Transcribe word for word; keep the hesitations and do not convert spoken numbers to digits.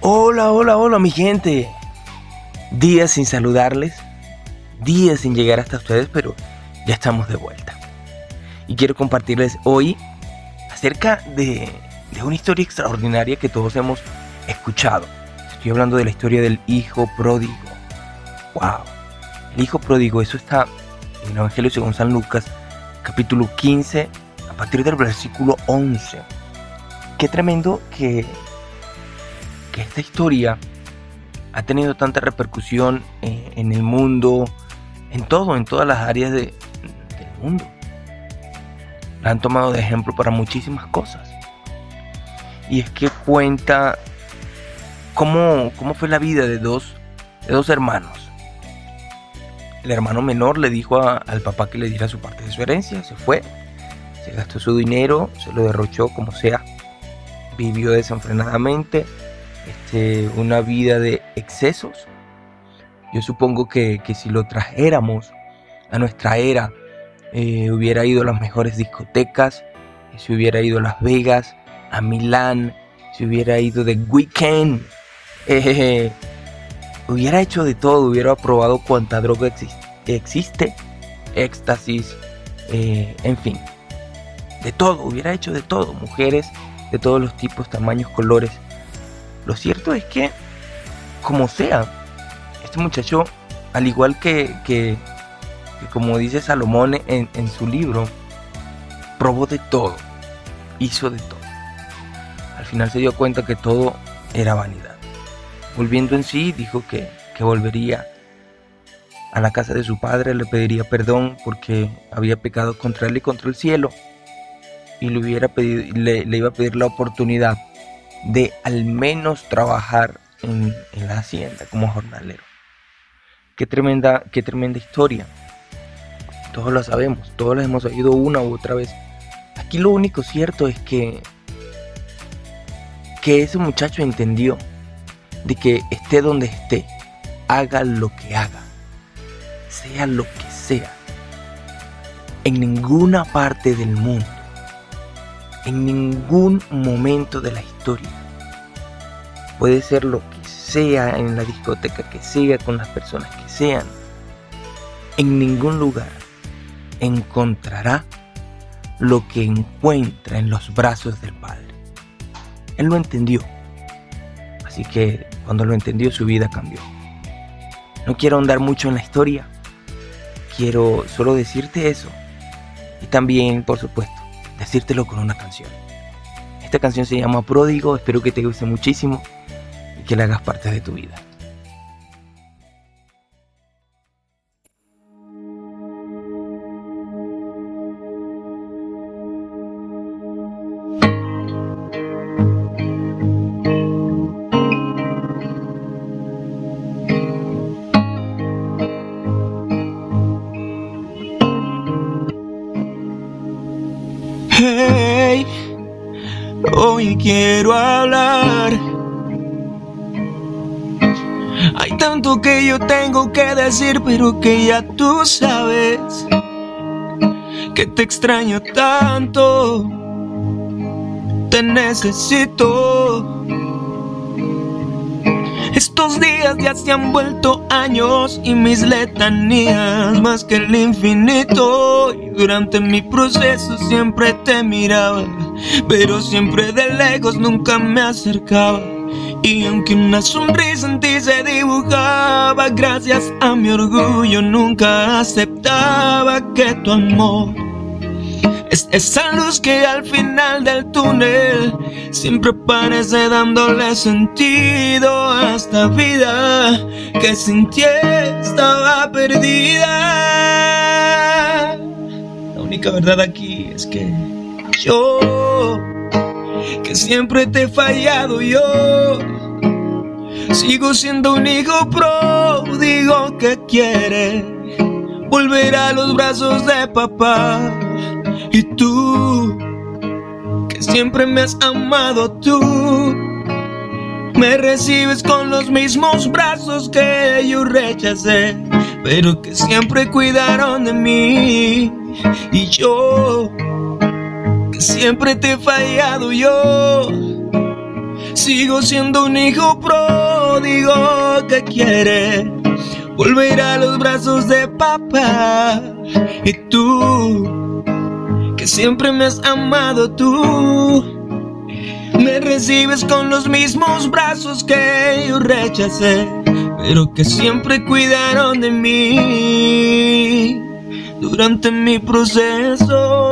Hola, hola, hola mi gente. Días sin saludarles, días sin llegar hasta ustedes, pero ya estamos de vuelta. Y quiero compartirles hoy acerca de, de una historia extraordinaria que todos hemos escuchado. Estoy hablando de la historia del hijo pródigo. ¡Wow! El hijo pródigo, eso está en el Evangelio según San Lucas, capítulo quince, a partir del versículo once. Qué tremendo que, que esta historia ha tenido tanta repercusión en, en el mundo, en todo, en todas las áreas de, del mundo. La han tomado de ejemplo para muchísimas cosas. Y es que cuenta cómo, cómo fue la vida de dos, de dos hermanos. El hermano menor le dijo a, al papá que le diera su parte de su herencia, se fue, se gastó su dinero, se lo derrochó como sea, vivió desenfrenadamente, este, una vida de excesos. Yo supongo que, que si lo trajéramos a nuestra era, eh, hubiera ido a las mejores discotecas, se hubiera ido a Las Vegas, a Milán, se hubiera ido de weekend, eh, hubiera hecho de todo, hubiera probado cuanta droga existe, existe éxtasis, eh, en fin, de todo, hubiera hecho de todo, mujeres de todos los tipos, tamaños, colores. Lo cierto es que, como sea, este muchacho, al igual que, que, que como dice Salomón en, en su libro, probó de todo, hizo de todo. Al final se dio cuenta que todo era vanidad. Volviendo en sí, dijo que, que volvería a la casa de su padre, le pediría perdón porque había pecado contra él y contra el cielo, y le, hubiera pedido, le, le iba a pedir la oportunidad de al menos trabajar en, en la hacienda como jornalero. Qué tremenda, qué tremenda historia. Todos la sabemos, todos la hemos oído una u otra vez. Aquí lo único cierto es que, que ese muchacho entendió de que esté donde esté, haga lo que haga, sea lo que sea, en ninguna parte del mundo, en ningún momento de la historia, puede ser lo que sea, en la discoteca que sea, con las personas que sean, en ningún lugar encontrará lo que encuentra en los brazos del Padre. Él lo entendió. Así que cuando lo entendió, su vida cambió. No quiero ahondar mucho en la historia. Quiero solo decirte eso. Y también, por supuesto, decírtelo con una canción. Esta canción se llama Pródigo. Espero que te guste muchísimo y que la hagas parte de tu vida. Hey, hoy quiero hablar. Hay tanto que yo tengo que decir, pero que ya tú sabes que te extraño tanto, te necesito. Estos días ya se han vuelto años y mis letanías más que el infinito. Y durante mi proceso siempre te miraba, pero siempre de lejos, nunca me acercaba. Y aunque una sonrisa en ti se dibujaba, gracias a mi orgullo nunca aceptaba que tu amor es esa luz que al final del túnel siempre aparece dándole sentido a esta vida que sin ti estaba perdida. La única verdad aquí es que yo, que siempre te he fallado, yo sigo siendo un hijo pródigo que quiere volver a los brazos de papá. Y tú, que siempre me has amado, tú me recibes con los mismos brazos que yo rechacé, pero que siempre cuidaron de mí. Y yo, que siempre te he fallado, yo Sigo siendo un hijo pródigo que quiere volver a los brazos de papá. Y tú, que siempre me has amado, tú me recibes con los mismos brazos que yo rechacé, pero que siempre cuidaron de mí durante mi proceso.